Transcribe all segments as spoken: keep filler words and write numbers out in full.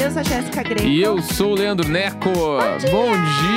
Eu sou a Jéssica Greco. E eu sou o Leandro Neco. Bom dia! Bom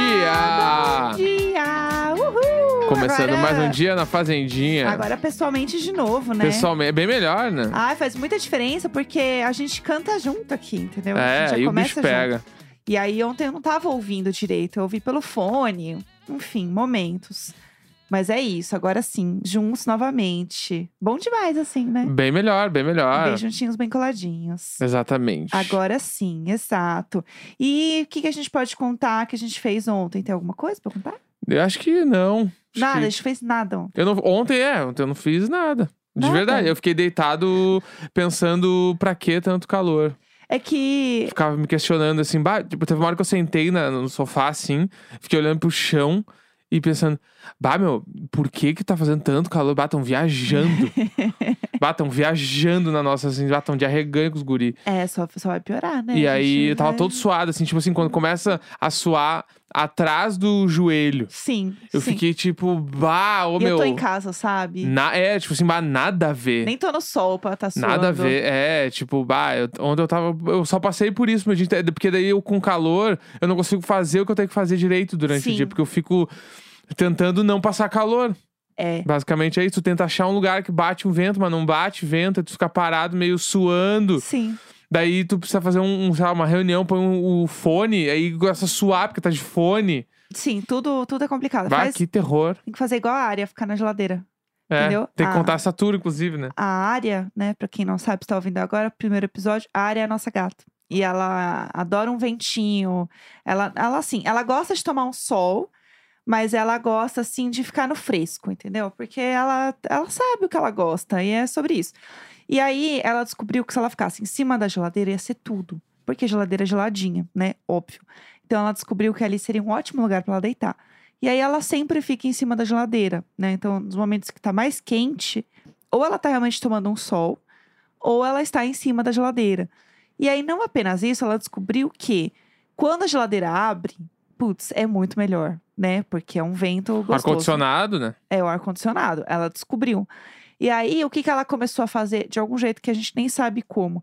dia! Bom dia! Uhul! Começando Agora... mais um dia na Fazendinha. Agora pessoalmente de novo, né? Pessoalmente, é bem melhor, né? Ai, faz muita diferença porque a gente canta junto aqui, entendeu? A gente é, já aí o começa bicho pega. junto. E aí ontem eu não tava ouvindo direito, eu ouvi pelo fone. Enfim, momentos. Mas é isso, agora sim, juntos novamente. Bom demais, assim, né? Bem melhor, bem melhor. Bem juntinhos, bem coladinhos. Exatamente. Agora sim, exato. E o que, que a gente pode contar que a gente fez ontem? Tem alguma coisa pra contar? Eu acho que não. Acho Nada, que... a gente fez nada ontem. Eu não... Ontem, é, ontem eu não fiz nada. De Nada? verdade, eu fiquei deitado pensando pra que tanto calor. É que... Ficava me questionando assim, bah, tipo, teve uma hora que eu sentei na, no sofá assim, fiquei olhando pro chão e pensando, bah, meu, por que que tá fazendo tanto calor? Bah, tão viajando. Bah, tão viajando na nossa, assim, bah, tão de arreganho com os guri. É, só, só vai piorar, né? E A aí, gente eu tava vai- todo suado, assim, tipo assim, quando começa a suar atrás do joelho. Sim, Eu sim. fiquei tipo, bah, ô E meu... eu tô em casa, sabe? na... É, tipo assim, bah, nada a ver. Nem tô no sol pra tá suando. Nada a ver, é, tipo, bah, eu, onde eu tava, eu só passei por isso, meu dia, inteiro, porque daí eu com calor, eu não consigo fazer o que eu tenho que fazer direito durante Sim. o dia, porque eu fico tentando não passar calor. É. Basicamente é isso, tu tenta achar um lugar que bate um vento, mas não bate vento, aí tu fica parado meio suando. Sim. Daí tu precisa fazer um, um, sei lá, uma reunião, põe um, o fone, aí começa a suar porque tá de fone. Sim, tudo, tudo é complicado. Vai, Faz- que terror. Tem que fazer igual a área, ficar na geladeira. É, Entendeu? tem que Ah. contar essa tour, inclusive, né? A área, né, pra quem não sabe, está ouvindo agora, primeiro episódio, a área é a nossa gata. E ela adora um ventinho. Ela, ela assim, ela gosta de tomar um sol, mas ela gosta, assim, de ficar no fresco, entendeu? Porque ela, ela sabe o que ela gosta, e é sobre isso. E aí, ela descobriu que se ela ficasse em cima da geladeira, ia ser tudo. Porque a geladeira é geladinha, né? Óbvio. Então, ela descobriu que ali seria um ótimo lugar pra ela deitar. E aí, ela sempre fica em cima da geladeira, né? Então, nos momentos que tá mais quente, ou ela tá realmente tomando um sol, ou ela está em cima da geladeira. E aí, não apenas isso, ela descobriu que quando a geladeira abre, putz, é muito melhor, né? Porque é um vento gostoso. Ar-condicionado, né? É o ar-condicionado. Ela descobriu. E aí, o que, que ela começou a fazer? De algum jeito que a gente nem sabe como.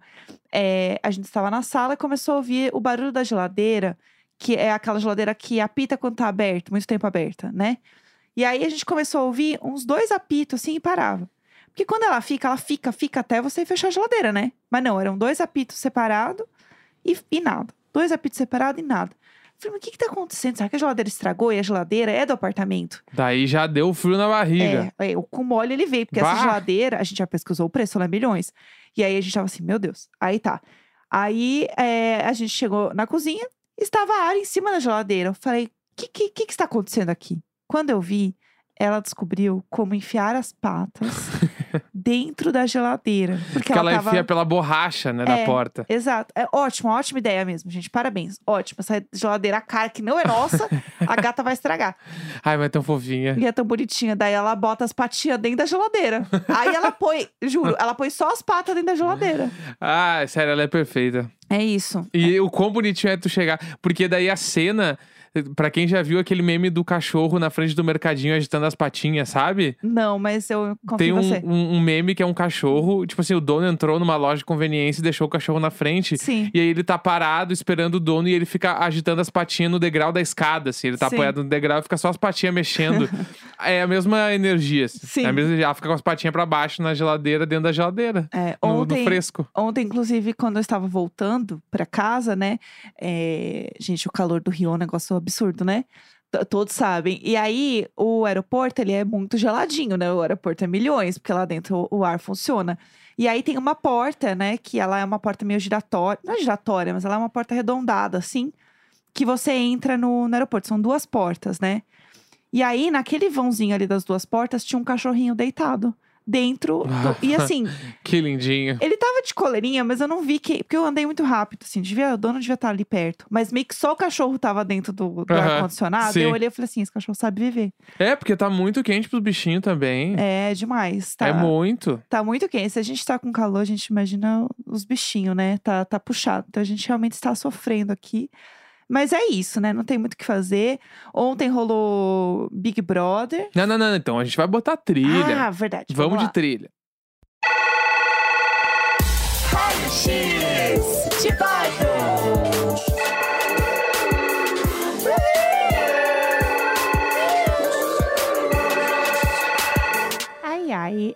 É, a gente estava na sala e começou a ouvir o barulho da geladeira, que é aquela geladeira que apita quando tá aberta, muito tempo aberta, né? E aí, a gente começou a ouvir uns dois apitos, assim, e parava. Porque quando ela fica, ela fica, fica até você fechar a geladeira, né? Mas não, eram dois apitos separados e, e nada. Dois apitos separados e nada. Falei, mas o que que tá acontecendo? Será que a geladeira estragou e a geladeira é do apartamento? Daí já deu frio na barriga. É, é, o com mole ele veio, porque Bah! essa geladeira, a gente já pesquisou o preço, ela é milhões. E aí a gente tava assim, meu Deus. Aí tá. Aí é, a gente chegou na cozinha, estava a área em cima da geladeira. Eu falei, o que, que, que que está acontecendo aqui? Quando eu vi, ela descobriu como enfiar as patas dentro da geladeira. Porque Porque ela ela tava... enfia pela borracha, né, da É. porta. Exato. É ótimo, ótima ideia mesmo, gente. Parabéns. Ótimo. Essa geladeira, a cara que não é nossa, a gata vai estragar. Ai, mas é tão fofinha. E é tão bonitinha. Daí ela bota as patinhas dentro da geladeira. Aí ela põe, juro, ela põe só as patas dentro da geladeira. Ah, sério, ela é perfeita. É isso. E o quão bonitinho é tu chegar. Porque daí a cena, pra quem já viu aquele meme do cachorro na frente do mercadinho agitando as patinhas, sabe? Não, mas eu confio Tem em um, você. um, um meme que é um cachorro, tipo assim, o dono entrou numa loja de conveniência e deixou o cachorro na frente. Sim. E aí ele tá parado esperando o dono e ele fica agitando as patinhas no degrau da escada, assim. Ele tá Sim. apoiado no degrau e fica só as patinhas mexendo. É a mesma energia, assim. Sim. É a mesma, ela fica com as patinhas pra baixo na geladeira, dentro da geladeira. É, No, no ontem, fresco. ontem, inclusive, quando eu estava voltando pra casa, né? é, Gente, o calor do Rio é um negócio absurdo, né? T- Todos sabem. E aí, o aeroporto, ele é muito geladinho, né? O aeroporto é milhões, porque lá dentro o, o ar funciona. E aí tem uma porta, né? Que ela é uma porta meio giratória. Não é giratória, mas ela é uma porta arredondada, assim. Que você entra no, no aeroporto. São duas portas, né? E aí, naquele vãozinho ali das duas portas, tinha um cachorrinho deitado. Dentro do... E assim, Que lindinho. ele tava de coleirinha, mas eu não vi que... Porque eu andei muito rápido, assim. Devia, o dono devia estar ali perto. Mas meio que só o cachorro tava dentro do, do Aham, ar-condicionado. sim. Eu olhei e falei assim, esse cachorro sabe viver. É, porque tá muito quente pros bichinhos também. É demais, tá? É muito. Tá muito quente. Se a gente tá com calor, a gente imagina os bichinhos, né? Tá, tá puxado. Então a gente realmente está sofrendo aqui. Mas é isso, né? Não tem muito o que fazer. Ontem rolou Big Brother. Não, não, não. Então a gente vai botar trilha. Ah, verdade. Vamos lá. de trilha. X de Bairro.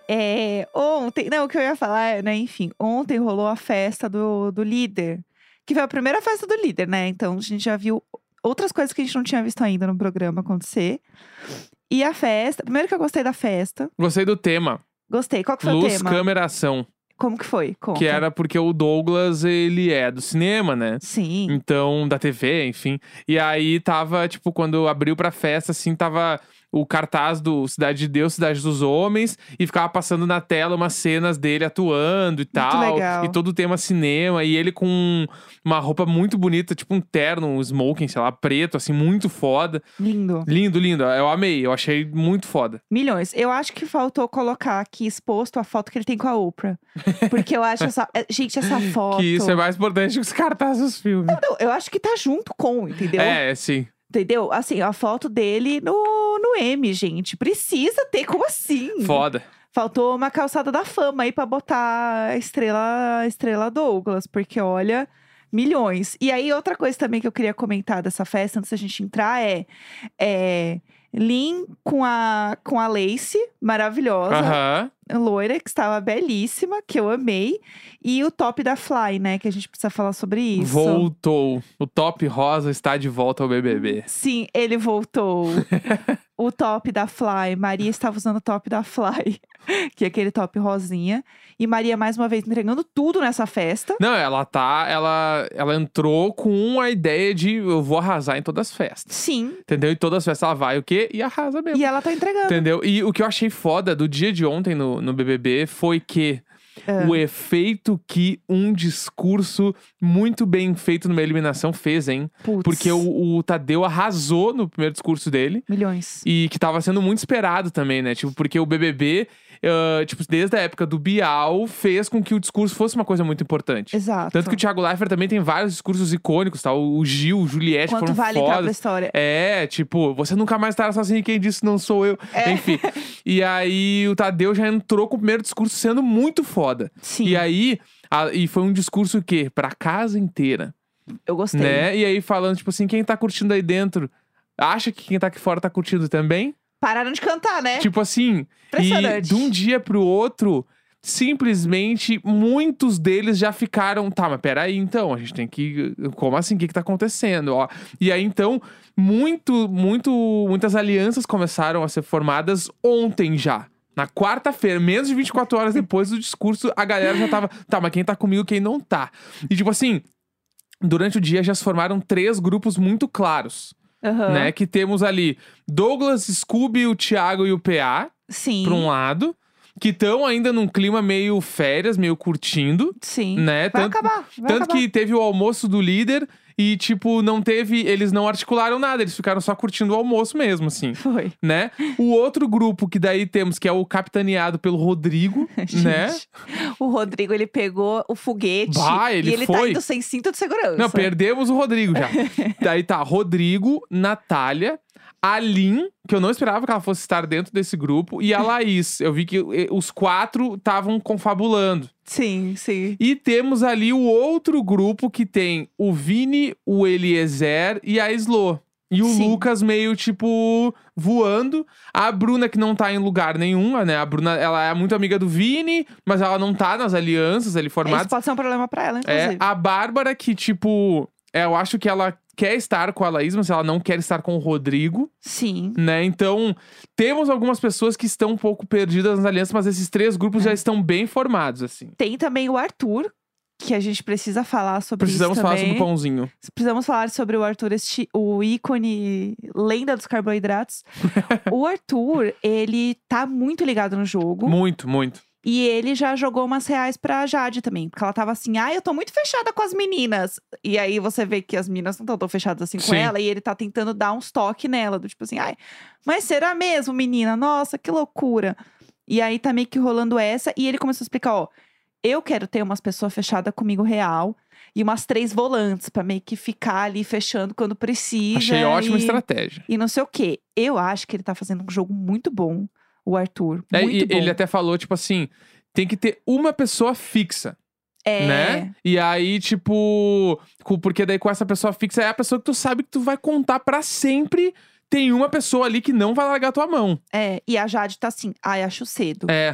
É, ontem, não, o que eu ia falar é, né, enfim, ontem rolou a festa do, do líder, que foi a primeira festa do líder, né? Então a gente já viu outras coisas que a gente não tinha visto ainda no programa acontecer. E a festa, primeiro que eu gostei da festa. Gostei do tema. Gostei. Qual que foi Luz, o tema? câmera, ação. Como que foi? Conta. Que era porque o Douglas, ele é do cinema, né? Sim. Então, da T V, enfim. E aí tava, tipo, quando abriu pra festa, assim, tava o cartaz do Cidade de Deus, Cidade dos Homens, e ficava passando na tela umas cenas dele atuando e tal. legal. E todo o tema cinema, e ele com uma roupa muito bonita, tipo um terno, um smoking, sei lá, preto, assim, muito foda. Lindo. Lindo, lindo. Eu amei, eu achei muito foda. Milhões. Eu acho que faltou colocar aqui exposto a foto que ele tem com a Oprah. Porque eu acho essa. é, Gente, essa foto. Que isso é mais importante que os cartazes dos filmes. Não, eu acho que tá junto com, entendeu? É, sim. Entendeu? Assim, a foto dele no, no M, gente. Precisa ter, como assim? Foda. Faltou uma calçada da fama aí pra botar a estrela, a estrela Douglas, porque olha, milhões. E aí, outra coisa também que eu queria comentar dessa festa, antes da gente entrar, é. é Lin com a, com a Lacey, maravilhosa, Aham. loira, que estava belíssima, que eu amei. E o top da Fly, né? Que a gente precisa falar sobre isso. Voltou. O top rosa está de volta ao B B B. Sim, ele voltou. O top da Fly. Maria estava usando o top da Fly, que é aquele top rosinha. E Maria, mais uma vez, entregando tudo nessa festa. Não, ela tá. Ela, ela entrou com a ideia de eu vou arrasar em todas as festas. Sim. Entendeu? Em todas as festas ela vai o quê? E arrasa mesmo. E ela tá entregando. Entendeu? E o que eu achei foda do dia de ontem no, no B B B foi que Ah. o efeito que um discurso muito bem feito numa eliminação fez, hein? Putz. Porque o, o Tadeu arrasou no primeiro discurso dele. Milhões. E que tava sendo muito esperado também, né? Tipo, porque o B B B, uh, tipo, desde a época do Bial, fez com que o discurso fosse uma coisa muito importante. Exato. Tanto que o Thiago Leifert também tem vários discursos icônicos, tá? O Gil, o Juliette Quanto foram vale entrar pra fodas. história? É, tipo, você nunca mais estará sozinho, quem disse não sou eu. É. Enfim. E aí o Tadeu já entrou com o primeiro discurso sendo muito foda. Sim. E aí, a- e foi um discurso o quê? Pra casa inteira, Eu gostei. né? E aí falando, tipo assim, quem tá curtindo aí dentro, acha que quem tá aqui fora tá curtindo também? Pararam de cantar, né? Tipo assim, e Impressionante. de um dia pro outro, simplesmente muitos deles já ficaram. Tá, mas peraí, então, a gente tem que. Como assim? O que, que tá acontecendo? Ó. E aí, então, muito, muito, muitas alianças começaram a ser formadas ontem já. Na quarta-feira, menos de vinte e quatro horas depois do discurso, a galera já tava. Tá, mas quem tá comigo, quem não tá? E tipo assim, durante o dia já se formaram três grupos muito claros. Aham. Né? Que temos ali Douglas, Scooby, o Thiago e o P A, Sim. por um lado. Que estão ainda num clima meio férias, meio curtindo. Sim. Né? Vai Tanto- acabar. Vai Tanto acabar. que teve o almoço do líder e, tipo, não teve. Eles não articularam nada, eles ficaram só curtindo o almoço mesmo, assim. Foi. Né? O outro grupo que daí temos, que é o capitaneado pelo Rodrigo, né? Gente, o Rodrigo, ele pegou o foguete Bah, ele e ele tá foi. indo sem cinto de segurança. Não, perdemos o Rodrigo já. Daí tá, Rodrigo, Natália, a Lin, que eu não esperava que ela fosse estar dentro desse grupo, e a Laís. Eu vi que eh, os quatro estavam confabulando. Sim, sim. E temos ali o outro grupo que tem o Vini, o Eliezer e a Slo. E o Sim. Lucas meio, tipo, voando. A Bruna, que não tá em lugar nenhum, né? A Bruna, ela é muito amiga do Vini, mas ela não tá nas alianças ali formadas. Isso pode ser um problema pra ela, É, inclusive. a Bárbara, que, tipo, é, eu acho que ela quer estar com a Laís, mas ela não quer estar com o Rodrigo, Sim. né? Então, temos algumas pessoas que estão um pouco perdidas nas alianças, mas esses três grupos É. já estão bem formados, assim. Tem também o Arthur, que a gente precisa falar sobre Precisamos isso falar também. sobre o pãozinho. Precisamos falar sobre o Arthur, este, o ícone, lenda dos carboidratos. O Arthur, ele tá muito ligado no jogo. Muito, muito. E ele já jogou umas reais pra Jade também. Porque ela tava assim, ah, eu tô muito fechada com as meninas. E aí você vê que as meninas não estão tão fechadas assim com Sim. ela. E ele tá tentando dar uns toques nela. Do tipo assim, ai, mas será mesmo, menina? Nossa, que loucura. E aí tá meio que rolando essa. E ele começou a explicar, ó. Eu quero ter umas pessoas fechadas comigo real. E umas três volantes pra meio que ficar ali fechando quando precisa. Achei ótima e... estratégia. E não sei o quê. Eu acho que ele tá fazendo um jogo muito bom. O Arthur. É, Muito e bom. ele até falou, tipo assim, tem que ter uma pessoa fixa, É. né? E aí, tipo, com- porque daí com essa pessoa fixa é a pessoa que tu sabe que tu vai contar pra sempre. Tem uma pessoa ali que não vai largar tua mão. É, e a Jade tá assim, ai, acho cedo. É.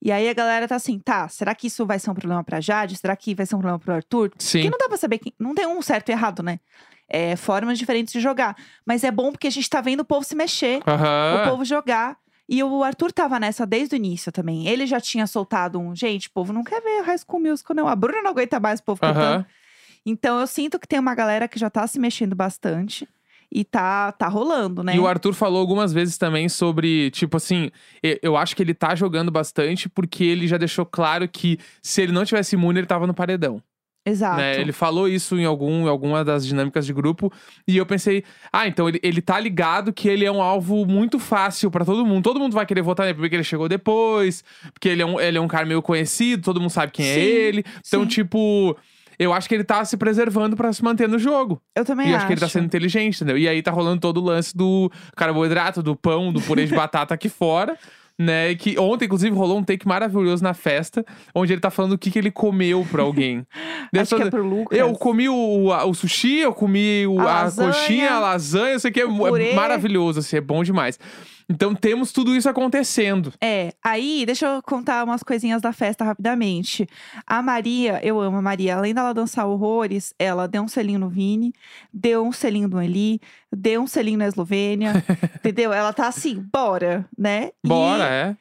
E aí a galera tá assim, tá, será que isso vai ser um problema pra Jade? Será que vai ser um problema pro Arthur? Sim. Porque não dá pra saber, que não tem um certo e errado, né? É formas diferentes de jogar. Mas é bom porque a gente tá vendo o povo se mexer, Aham. o povo jogar. E o Arthur tava nessa desde o início também. Ele já tinha soltado um, gente, o povo não quer ver High School Musical, não. A Bruna não aguenta mais o povo cantando. Aham. Então eu sinto que tem uma galera que já tá se mexendo bastante. E tá, tá rolando, né? E o Arthur falou algumas vezes também sobre, tipo assim, e- eu acho que ele tá jogando bastante porque ele já deixou claro que se ele não tivesse imune, ele tava no paredão. Exato. Né? Ele falou isso em algum, em alguma das dinâmicas de grupo. E eu pensei, ah, então ele, ele tá ligado que ele é um alvo muito fácil pra todo mundo. Todo mundo vai querer votar nele porque ele chegou depois, porque ele é um, ele é um cara meio conhecido, todo mundo sabe quem Sim, é ele. Então, sim. tipo, eu acho que ele tá se preservando pra se manter no jogo. Eu também E acho. acho que ele tá sendo inteligente, entendeu? E aí tá rolando todo o lance do carboidrato, do pão, do purê de batata aqui fora. Né, que ontem, inclusive, rolou um take maravilhoso na festa, onde ele tá falando o que, que ele comeu pra alguém. Acho que é pro Lucas. Eu comi o, a- o sushi, eu comi o- A a, lasanha, coxinha, a lasanha, isso aqui é, o purê. é maravilhoso, assim, é bom demais. Então temos tudo isso acontecendo. É, aí, deixa eu contar umas coisinhas da festa rapidamente. A Maria, eu amo a Maria, além dela dançar horrores, ela deu um selinho no Vini, deu um selinho no Eli, deu um selinho na Eslovênia, entendeu? Ela tá assim, bora, né? E, Bora, é.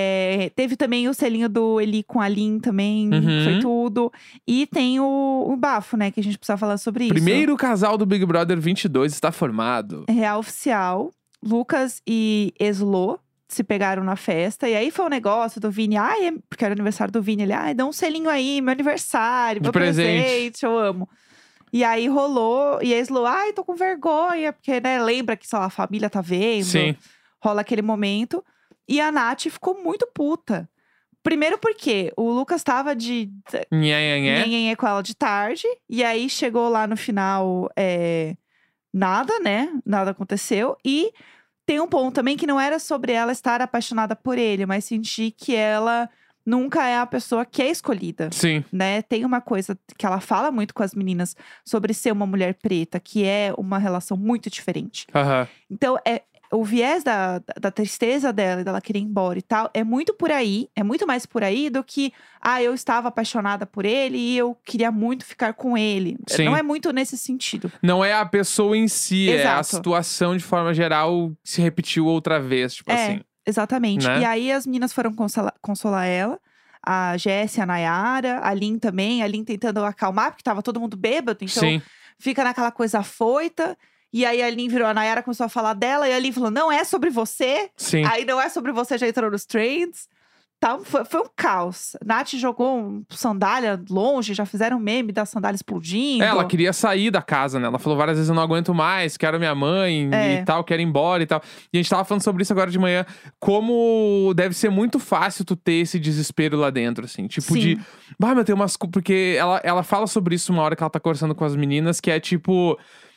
é, teve também o selinho do Eli com a Lin também, Uhum. foi tudo. E tem o, o bafo, né, que a gente precisa falar sobre isso. Primeiro casal do Big Brother vinte e dois está formado. Real oficial, Lucas e Eslo se pegaram na festa. E aí foi o um negócio do Vini. Ai, é... porque era aniversário do Vini. Ele, ai, dá um selinho aí, meu aniversário, De meu presente. presente, eu amo. E aí rolou, e a Eslo, ai, tô com vergonha, porque, né, lembra que, sei lá, a família tá vendo. Sim. Rola aquele momento. E a Nath ficou muito puta. Primeiro porque o Lucas tava de Nhé, nhé, nhé. nhenhenhê com ela de tarde. E aí chegou lá no final, é, nada, né? Nada aconteceu. E tem um ponto também que não era sobre ela estar apaixonada por ele, mas sentir que ela nunca é a pessoa que é escolhida. Sim. Né? Tem uma coisa que ela fala muito com as meninas sobre ser uma mulher preta, que é uma relação muito diferente. Aham. Então, é, o viés da, da, da tristeza dela e dela querer ir embora e tal, é muito por aí, é muito mais por aí do que, ah, eu estava apaixonada por ele e eu queria muito ficar com ele. Sim. Não é muito nesse sentido. Não é a pessoa em si, é a Exato. situação de forma geral que se repetiu outra vez, tipo É, assim. exatamente. Né? E aí as meninas foram consola- consolar ela. A Jessie, a Nayara, a Lin também. A Lin tentando acalmar, porque tava todo mundo bêbado. Então, Sim. fica naquela coisa afoita. E aí a Lin virou, a Nayara começou a falar dela. E a Lin falou, não é sobre você. Sim. Aí não é sobre você, já entrou nos trends. Tá, foi, foi um caos. Nath jogou um sandália longe, já fizeram um meme da sandália explodindo. É, ela queria sair da casa, né? Ela falou várias vezes, eu não aguento mais, quero minha mãe É. e tal, quero ir embora e tal. E a gente tava falando sobre isso agora de manhã. Como deve ser muito fácil tu ter esse desespero lá dentro, assim. Tipo Sim. de... Bah, meu, tem umas... cu- Porque ela, ela fala sobre isso uma hora que ela tá conversando com as meninas, que é tipo...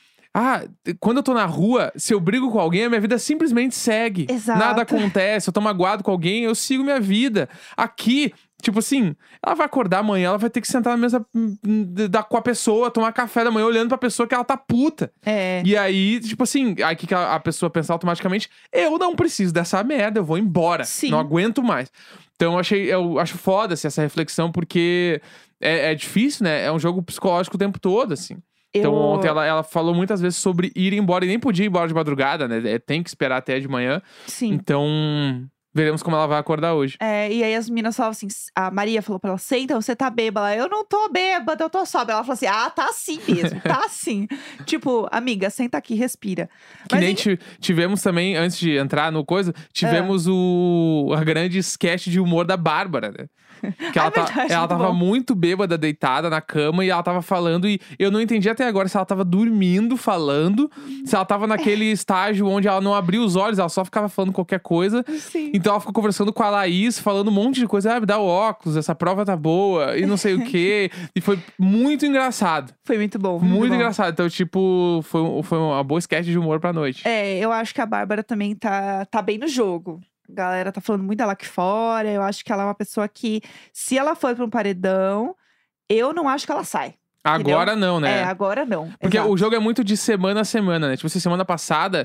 Ah, quando eu tô na rua, se eu brigo com alguém, a minha vida simplesmente segue. Exato. Nada acontece. Eu tô magoado com alguém, eu sigo minha vida. Aqui, tipo assim, ela vai acordar amanhã, ela vai ter que sentar na mesa hum, hum, da, com a pessoa, tomar café da manhã, olhando pra pessoa que ela tá puta. É. E aí, tipo assim, aí que que a, a pessoa pensa automaticamente, eu não preciso dessa merda, eu vou embora. Sim. Não aguento mais. Então eu achei, eu acho foda assim, essa reflexão, porque é, é difícil, né? É um jogo psicológico o tempo todo, assim. Então Eu- ontem ela, ela falou muitas vezes sobre ir embora e nem podia ir embora de madrugada, né? É, tem que esperar até de manhã. Sim. Então, veremos como ela vai acordar hoje. É, e aí as meninas falavam assim, a Maria falou pra ela, senta, você tá bêbada. Eu não tô bêbada, eu tô sóbria. Ela falou assim, ah, tá assim mesmo, tá assim. Tipo, amiga, senta aqui, respira. Que Mas nem em- ti- tivemos também, antes de entrar no coisa, tivemos o a grande sketch de humor da Bárbara, né? Que ela, É tá- verdade, ela muito tava bom. muito bêbada, deitada na cama, e ela tava falando, e eu não entendi até agora se ela tava dormindo, falando, se ela tava naquele estágio onde ela não abria os olhos, ela só ficava falando qualquer coisa. Sim. Então ela ficou conversando com a Laís, falando um monte de coisa. Ah, me dá o óculos, essa prova tá boa, e não sei o quê. E foi muito engraçado. Foi muito bom. Muito bom. engraçado. Então, tipo, foi, um- foi uma boa sketch de humor pra noite. É, eu acho que a Bárbara também tá, tá bem no jogo. A galera tá falando muito dela aqui fora. Eu acho que ela é uma pessoa que, se ela for pra um paredão, eu não acho que ela sai. Agora não, né? É, agora não. Porque Exato. o jogo é muito de semana a semana, né? Tipo assim, semana passada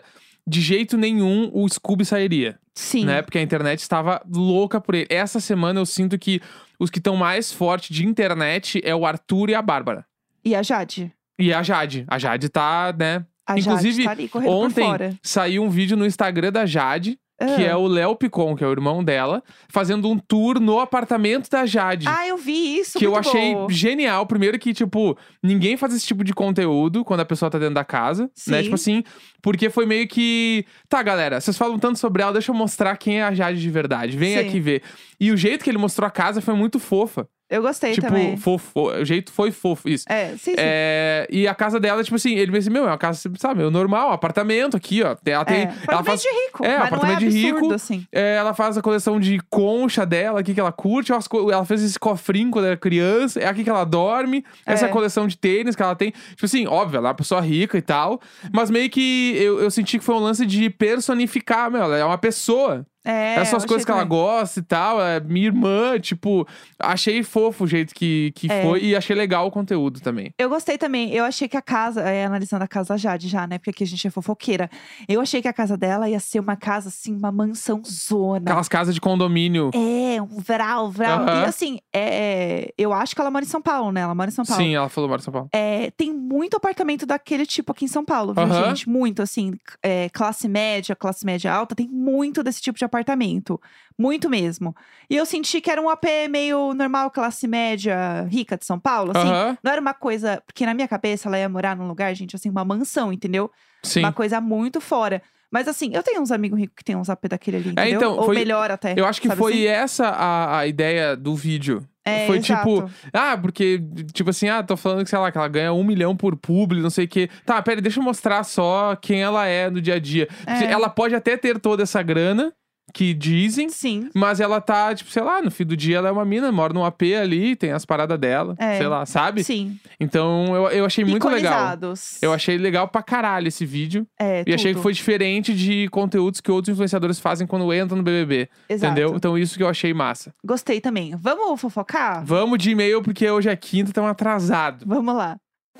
de jeito nenhum o Scooby sairia. Sim. Né? Porque a internet estava louca por ele. Essa semana eu sinto que os que estão mais fortes de internet é o Arthur e a Bárbara. E a Jade? E a Jade. A Jade tá, né? A Inclusive, Jade tá ali correndo ontem por fora. saiu um vídeo no Instagram da Jade, que Ah. é o Léo Picon, que é o irmão dela, fazendo um tour no apartamento da Jade. Ah, eu vi isso, Que eu muito achei bom. genial. Primeiro que, tipo, ninguém faz esse tipo de conteúdo quando a pessoa tá dentro da casa, né? Sim. Tipo assim, porque foi meio que... Tá, galera, vocês falam tanto sobre ela, deixa eu mostrar quem é a Jade de verdade. Vem Sim. aqui ver. E o jeito que ele mostrou a casa foi muito fofa. Eu gostei tipo, também. fofo. O jeito foi fofo, isso. É, sim, sim. É, e a casa dela, tipo assim, ele pensa assim, meu, é uma casa, sabe, é normal, um apartamento aqui, ó. Ela tem. É, ela apartamento faz, de rico. É, mas apartamento não é de absurdo, rico. assim. é, ela faz a coleção de concha dela aqui que ela curte. Ela, ela fez esse cofrinho quando era criança. É aqui que ela dorme. Essa É. coleção de tênis que ela tem. Tipo assim, óbvio, ela é uma pessoa rica e tal. Mas meio que eu, eu senti que foi um lance de personificar, meu. Ela é uma pessoa. É, Essas eu coisas que achei ela também. gosta e tal, é minha irmã, tipo, achei fofo o jeito que, que É. foi e achei legal o conteúdo também. Eu gostei também. Eu achei que a casa, é, analisando a casa da Jade já, né? Porque aqui a gente é fofoqueira. Eu achei que a casa dela ia ser uma casa, assim, uma mansão zona. Aquelas casas de condomínio. É, um vral, vral. Aham. E assim, é, eu acho que ela mora em São Paulo, né? Ela mora em São Paulo. Sim, ela falou Mora São Paulo. É, tem muito apartamento daquele tipo aqui em São Paulo, viu, Aham. gente? Muito, assim, é, classe média, classe média alta, tem muito desse tipo de apartamento. Muito mesmo. E eu senti que era um A P meio normal, classe média rica de São Paulo, assim. Aham. Não era uma coisa. Porque na minha cabeça ela ia morar num lugar, gente, assim, uma mansão, entendeu? Sim. Uma coisa muito fora. Mas assim, eu tenho uns amigos ricos que tem uns A P daquele ali, entendeu? então, Ou foi- melhor até. Eu acho que sabe foi assim? essa a, a ideia do vídeo. É, foi exato. tipo, ah, porque, tipo assim, ah, tô falando que, sei lá, que ela ganha um milhão por publi, não sei o quê. Tá, pera, deixa eu mostrar só quem ela é no dia a dia. Porque É. ela pode até ter toda essa grana, que dizem, Sim. mas ela tá, tipo, sei lá, no fim do dia ela é uma mina, mora num A P ali, tem as paradas dela, É. sei lá, sabe? Sim. Então eu, eu achei muito legal. Iconizados. Eu achei legal pra caralho esse vídeo. É, E achei que tudo. foi diferente de conteúdos que outros influenciadores fazem quando entram no B B B. Exato. Entendeu? Então isso que eu achei massa. Gostei também. Vamos fofocar? Vamos de e-mail, porque hoje é quinta, estamos atrasados. Vamos lá.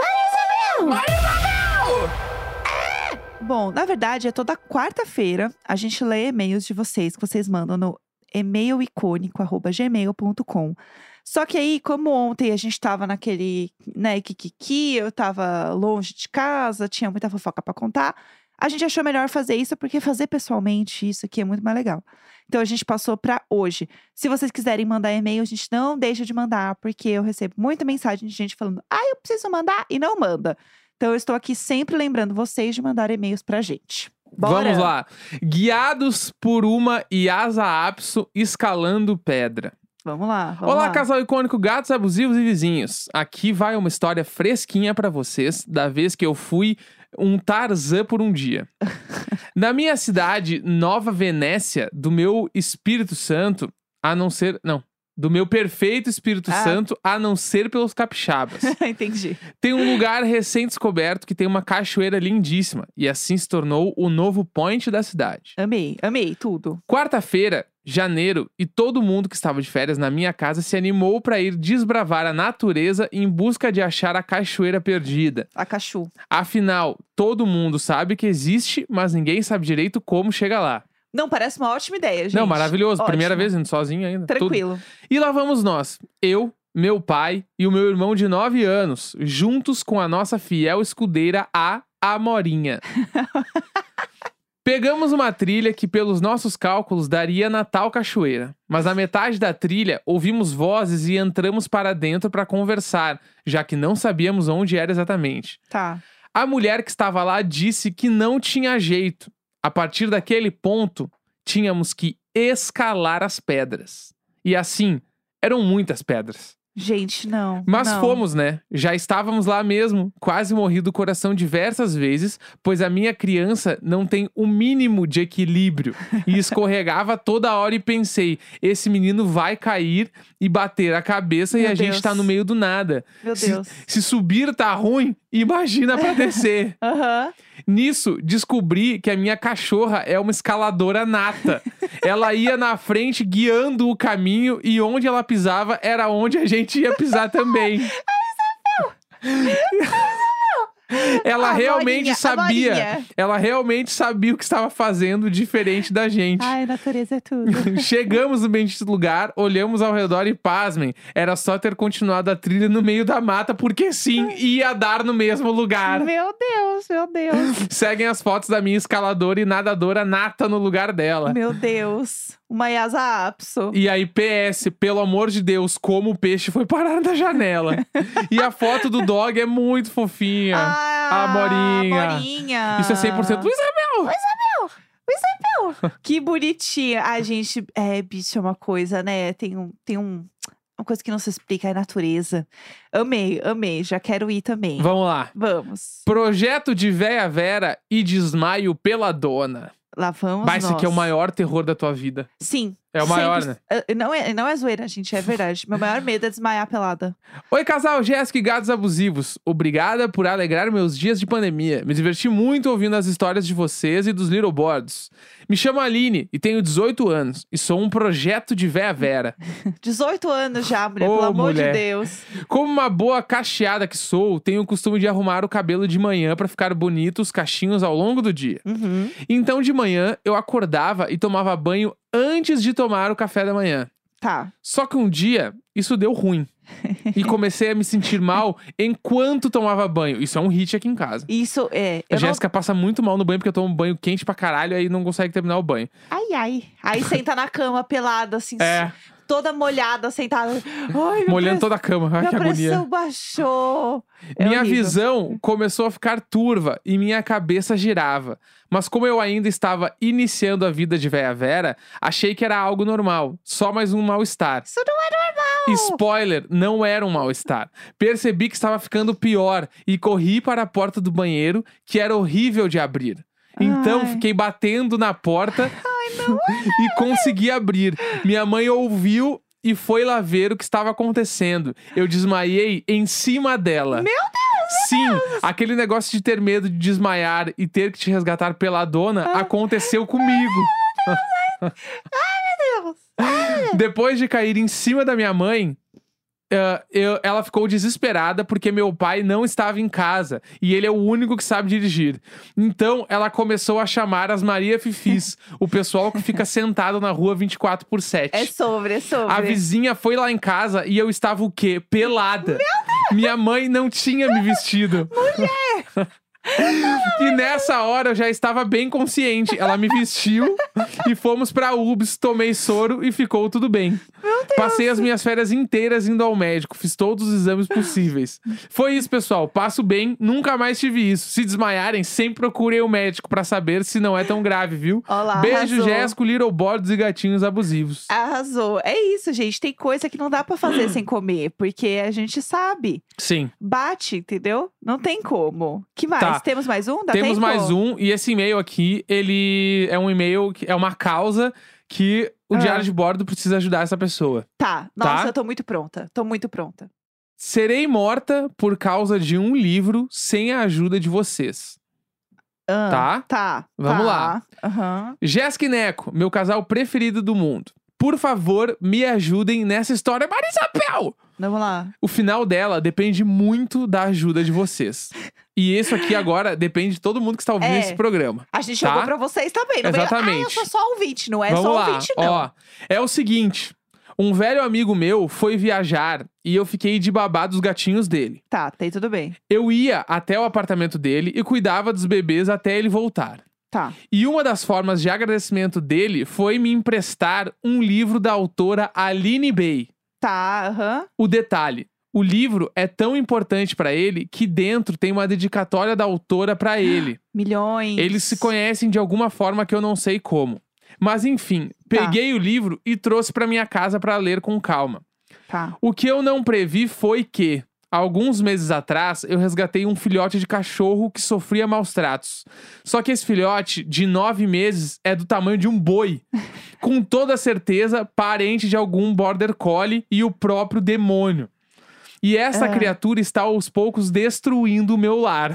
Bom, na verdade, é toda quarta-feira a gente lê e-mails de vocês que vocês mandam no e-mail icônico arroba gmail ponto com. Só que aí, como ontem a gente tava naquele, né, kikiki, eu tava longe de casa, tinha muita fofoca pra contar, a gente achou melhor fazer isso, porque fazer pessoalmente isso aqui é muito mais legal. Então a gente passou pra hoje. Se vocês quiserem mandar e-mail, a gente não deixa de mandar, porque eu recebo muita mensagem de gente falando, ah, eu preciso mandar, e não manda. Então eu estou aqui sempre lembrando vocês de mandar e-mails pra gente. Bora? Vamos lá. Guiados por uma Yasa Apso escalando pedra. Vamos lá, vamos Olá, lá. casal icônico, gatos abusivos e vizinhos. Aqui vai uma história fresquinha pra vocês, da vez que eu fui um Tarzan por um dia. Na minha cidade, Nova Venécia, do meu Espírito Santo, a não ser... Não. Do meu perfeito Espírito Ah. Santo, a não ser pelos capixabas. Entendi. Tem um lugar recém-descoberto que tem uma cachoeira lindíssima. E assim se tornou o novo point da cidade. Amei, amei tudo. Quarta-feira, janeiro, e todo mundo que estava de férias na minha casa se animou para ir desbravar a natureza em busca de achar a cachoeira perdida. A Cachu. Afinal, todo mundo sabe que existe, mas ninguém sabe direito como chega lá. Não, parece uma ótima ideia, gente. Não, maravilhoso. Primeira Ótimo. vez indo sozinho ainda. tudo. Tranquilo. E lá vamos nós, eu, meu pai e o meu irmão de nove anos, juntos com a nossa fiel escudeira, a Amorinha. Pegamos uma trilha que, pelos nossos cálculos, daria na tal cachoeira. Mas na metade da trilha, ouvimos vozes e entramos para dentro para conversar, já que não sabíamos onde era exatamente. Tá. A mulher que estava lá disse que não tinha jeito. A partir daquele ponto, tínhamos que escalar as pedras. E assim, eram muitas pedras. Gente, não. Mas não. fomos, né? Já estávamos lá mesmo. Quase morri do coração diversas vezes, pois a minha criança não tem o mínimo de equilíbrio. E escorregava toda hora e pensei, esse menino vai cair e bater a cabeça e Meu a gente Deus. tá no meio do nada. Meu Se- Deus. Se, subir tá ruim, imagina pra descer. Aham. Nisso, descobri que a minha cachorra é uma escaladora nata. Ela ia na frente guiando o caminho e onde ela pisava era onde a gente ia pisar também. Ela A realmente Amorinha, sabia. Amorinha. Ela realmente sabia o que estava fazendo diferente da gente. Ai, natureza é tudo. Chegamos no bendito lugar, olhamos ao redor e pasmem. Era só ter continuado a trilha no meio da mata, porque sim, ia dar no mesmo lugar. Meu Deus, meu Deus. Seguem as fotos da minha escaladora e nadadora nata no lugar dela. Meu Deus. Uma Yasa Apso. E aí, P S, pelo amor de Deus, como o peixe foi parar na janela. E a foto do dog é muito fofinha. Ah, a Amorinha. Amorinha. Isso é cem por cento Luísa Mel. Isabel. Que bonitinha. Ai, gente, é, bicho, é uma coisa, né? Tem um, tem um, uma coisa que não se explica, é a natureza. Amei, amei. Já quero ir também. Vamos lá. Vamos. Projeto de Véia Vera e desmaio pela dona. Lá vamos Vai, esse nós. aqui é o maior terror da tua vida. Sim. É o maior, sempre- eh, Não é, não é zoeira, gente, é verdade. Meu maior medo é desmaiar pelada. Oi, casal Jéssica e gatos abusivos. Obrigada por alegrar meus dias de pandemia. Me diverti muito ouvindo as histórias de vocês e dos Little Boards. Me chamo Aline e tenho dezoito anos. E sou um projeto de Véia Vera. dezoito anos já, mulher, Ô, pelo amor mulher. de Deus. Como uma boa cacheada que sou, tenho o costume de arrumar o cabelo de manhã pra ficar bonito os cachinhos ao longo do dia. Uhum. Então, de manhã, eu acordava e tomava banho antes de tomar o café da manhã. Tá. Só que um dia, isso deu ruim. E comecei a me sentir mal enquanto tomava banho. Isso é um hit aqui em casa. Isso é. A Eu não... Jéssica passa muito mal no banho porque eu tomo um banho quente pra caralho aí não consegue terminar o banho. Ai, ai. Aí senta na cama pelada, assim, É, toda molhada, sentada. Ai, meu molhando Deus, toda a cama. Ai, minha que agonia. pressão baixou. É Minha horrível. visão começou a ficar turva e minha cabeça girava. Mas como eu ainda estava iniciando a vida de Véia Vera, achei que era algo normal. Só mais um mal-estar. Isso não é normal. Spoiler, não era um mal-estar. Percebi que estava ficando pior e corri para a porta do banheiro, que era horrível de abrir. Então, Ai. fiquei batendo na porta e consegui abrir. Minha mãe ouviu e foi lá ver o que estava acontecendo. Eu desmaiei em cima dela. Meu Sim, aquele negócio de ter medo de desmaiar e ter que te resgatar pela dona aconteceu comigo. Deus. Depois de cair em cima da minha mãe, Uh, eu- ela ficou desesperada porque meu pai não estava em casa e ele é o único que sabe dirigir. Então ela começou a chamar as Maria Fifis, o pessoal que fica sentado na rua vinte e quatro por sete. É sobre, é sobre. A vizinha foi lá em casa e eu estava o quê? Pelada. Minha mãe não tinha me vestido. Mulher! E nessa hora eu já estava bem consciente. Ela me vestiu e fomos pra U B S, tomei soro e ficou tudo bem. Passei as minhas férias inteiras indo ao médico, fiz todos os exames possíveis. Foi isso, pessoal. Passo bem, nunca mais tive isso. Se desmaiarem, sempre procurem o médico pra saber se não é tão grave, viu? Olá, Beijo, arrasou. Jéssico, Little Boards e gatinhos abusivos. Arrasou. É isso, gente. Tem coisa que não dá pra fazer sem comer, porque a gente sabe. Sim. Bate, entendeu? Não tem como. Que mais? Tá. Temos mais um? Dá Temos tempo? mais um, e esse e-mail aqui, ele é um e-mail, que é uma causa que o Ah. Diário de Bordo precisa ajudar essa pessoa. Tá. Nossa, Tá? eu tô muito pronta. Tô muito pronta. Serei morta por causa de um livro sem a ajuda de vocês. Ah, Tá? Tá. Vamos tá. lá. Aham. Jéssica e Neco, meu casal preferido do mundo. Por favor, me ajudem nessa história. Marisabel! Vamos lá. O final dela depende muito da ajuda de vocês. E isso aqui agora depende de todo mundo que está ouvindo É. esse programa. A gente Tá? jogou pra vocês também. Não Exatamente. Veio, ah, eu sou só ouvinte. Não é Vamos só lá. ouvinte, não. Ó, é o seguinte. Um velho amigo meu foi viajar e eu fiquei de babá dos gatinhos dele. Tá, tem tudo bem. Eu ia até o apartamento dele e cuidava dos bebês até ele voltar. Tá. E uma das formas de agradecimento dele foi me emprestar um livro da autora Aline Bay. Tá, aham. O detalhe, o livro é tão importante pra ele que dentro tem uma dedicatória da autora pra ele. Milhões. Eles se conhecem de alguma forma que eu não sei como. Mas enfim, Tá. peguei o livro e trouxe pra minha casa pra ler com calma. Tá. O que eu não previ foi que, alguns meses atrás, eu resgatei um filhote de cachorro que sofria maus tratos. Só que esse filhote, de nove meses, é do tamanho de um boi. Com toda certeza, parente de algum border collie e o próprio demônio. E essa Ah. criatura está aos poucos destruindo o meu lar.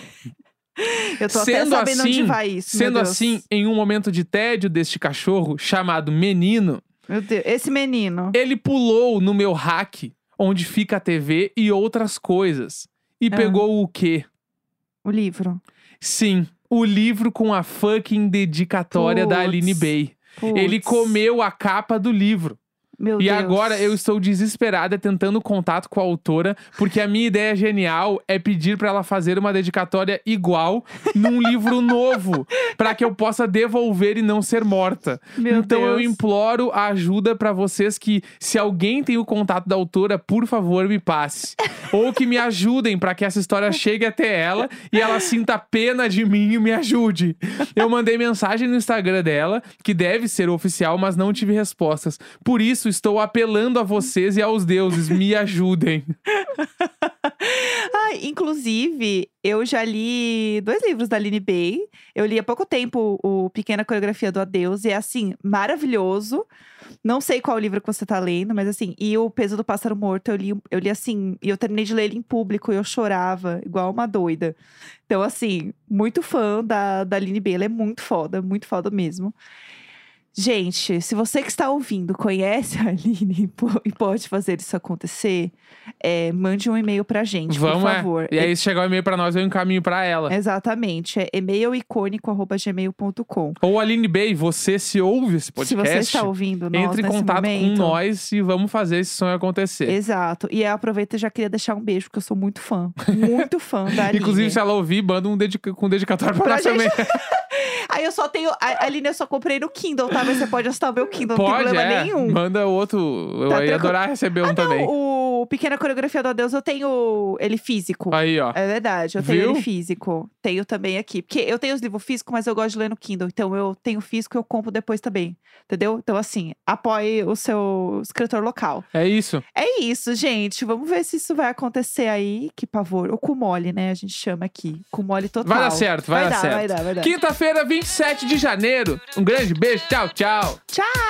Eu tô Sendo até sabendo onde assim- vai isso. meu Sendo Deus. assim, em um momento de tédio deste cachorro, chamado Menino, Meu Deus. Esse menino. ele pulou no meu rack, onde fica a T V e outras coisas. E Ah. pegou o quê? O livro. Sim, o livro com a fucking dedicatória Puts, da Aline Bay. Puts. Ele comeu a capa do livro. Meu E Deus. agora eu estou desesperada tentando contato com a autora, porque a minha ideia genial é pedir pra ela fazer uma dedicatória igual num livro novo, pra que eu possa devolver e não ser morta. Meu então eu Deus. imploro a ajuda pra vocês que, se alguém tem o contato da autora, por favor, me passe. Ou que me ajudem pra que essa história chegue até ela e ela sinta pena de mim e me ajude. Eu mandei mensagem no Instagram dela, que deve ser oficial, mas não tive respostas. Por isso, estou apelando a vocês e aos deuses, me ajudem. Ah, inclusive, eu já li dois livros da Aline Bay. Eu li há pouco tempo o Pequena Coreografia do Adeus. E é, assim, maravilhoso. Não sei qual livro que você tá lendo, mas assim... E o Peso do Pássaro Morto, eu li, eu li assim... E eu terminei de ler ele em público e eu chorava, igual uma doida. Então, assim, muito fã da, da Aline Bay. Ela é muito foda, muito foda mesmo. Gente, se você que está ouvindo conhece a Aline e po- e pode fazer isso acontecer, é, mande um e-mail pra gente, Vamos, por é. favor. E aí, se chegar o e-mail pra nós, eu encaminho pra ela. Exatamente, é e-mailicônico arroba gmail ponto com. Ou Aline Bay, você se ouve esse Se podcast, você está ouvindo nós entre em nesse contato momento, com nós e vamos fazer esse sonho acontecer. Exato. E eu aproveito e já queria deixar um beijo, porque eu sou muito fã. Muito fã da Aline. Inclusive, se ela ouvir, manda um dedica com dedicatório pra, Pra nós também. Aí eu só tenho. A Aline, eu só comprei no Kindle, tá? Mas você pode assinar o meu Kindle, não tem Pode, problema é. nenhum. Manda outro. Eu Tá ia tranquilo. adorar receber um Ah, também. não, o Pequena Coreografia do Adeus, eu tenho ele físico. Aí, ó. É verdade, eu tenho Viu? ele físico. Tenho também aqui. Porque eu tenho os livros físicos, mas eu gosto de ler no Kindle. Então eu tenho físico e eu compro depois também. Entendeu? Então, assim, apoie o seu escritor local. É isso. É isso, gente. Vamos ver se isso vai acontecer aí. Que pavor. O cu mole, né? A gente chama aqui. Cu mole total. Vai dar certo, vai, dar, certo. Vai dar, vai dar. Quinta-feira, vinte e sete de janeiro. Um grande beijo. Tchau, tchau. Tchau!